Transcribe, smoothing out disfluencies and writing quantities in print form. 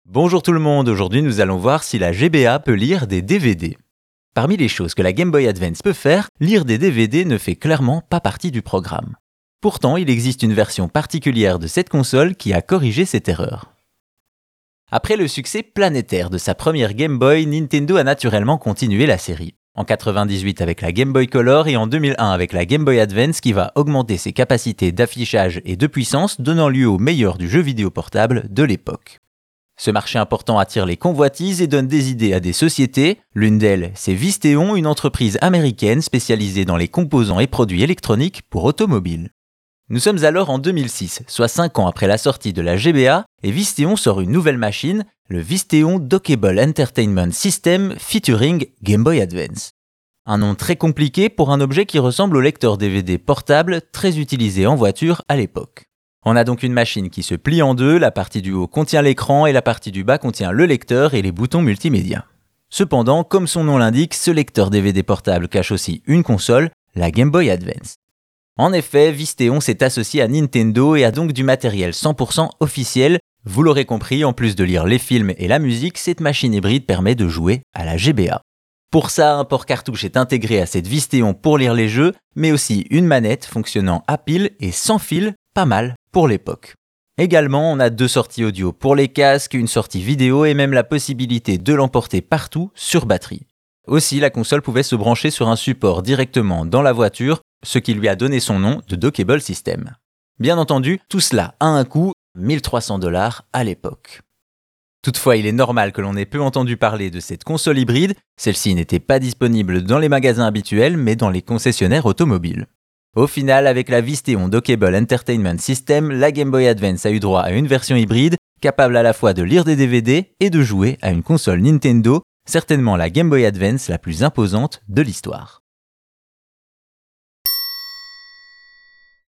Bonjour tout le monde, aujourd'hui nous allons voir si la GBA peut lire des DVD. Parmi les choses que la Game Boy Advance peut faire, lire des DVD ne fait clairement pas partie du programme. Pourtant, il existe une version particulière de cette console qui a corrigé cette erreur. Après le succès planétaire de sa première Game Boy, Nintendo a naturellement continué la série. En 1998 avec la Game Boy Color et en 2001 avec la Game Boy Advance qui va augmenter ses capacités d'affichage et de puissance, donnant lieu au meilleur du jeu vidéo portable de l'époque. Ce marché important attire les convoitises et donne des idées à des sociétés. L'une d'elles, c'est Visteon, une entreprise américaine spécialisée dans les composants et produits électroniques pour automobiles. Nous sommes alors en 2006, soit 5 ans après la sortie de la GBA, et Visteon sort une nouvelle machine, le Visteon Dockable Entertainment System featuring Game Boy Advance. Un nom très compliqué pour un objet qui ressemble au lecteur DVD portable très utilisé en voiture à l'époque. On a donc une machine qui se plie en deux, la partie du haut contient l'écran et la partie du bas contient le lecteur et les boutons multimédia. Cependant, comme son nom l'indique, ce lecteur DVD portable cache aussi une console, la Game Boy Advance. En effet, Visteon s'est associé à Nintendo et a donc du matériel 100% officiel. Vous l'aurez compris, en plus de lire les films et la musique, cette machine hybride permet de jouer à la GBA. Pour ça, un port cartouche est intégré à cette Visteon pour lire les jeux, mais aussi une manette fonctionnant à pile et sans fil, pas mal pour l'époque. Également, on a 2 sorties audio pour les casques, une sortie vidéo et même la possibilité de l'emporter partout sur batterie. Aussi, la console pouvait se brancher sur un support directement dans la voiture, ce qui lui a donné son nom de Dockable System. Bien entendu, tout cela a un coût, $1300 à l'époque. Toutefois, il est normal que l'on ait peu entendu parler de cette console hybride, celle-ci n'était pas disponible dans les magasins habituels mais dans les concessionnaires automobiles. Au final, avec la Visteon Dockable Entertainment System, la Game Boy Advance a eu droit à une version hybride, capable à la fois de lire des DVD et de jouer à une console Nintendo, certainement la Game Boy Advance la plus imposante de l'histoire.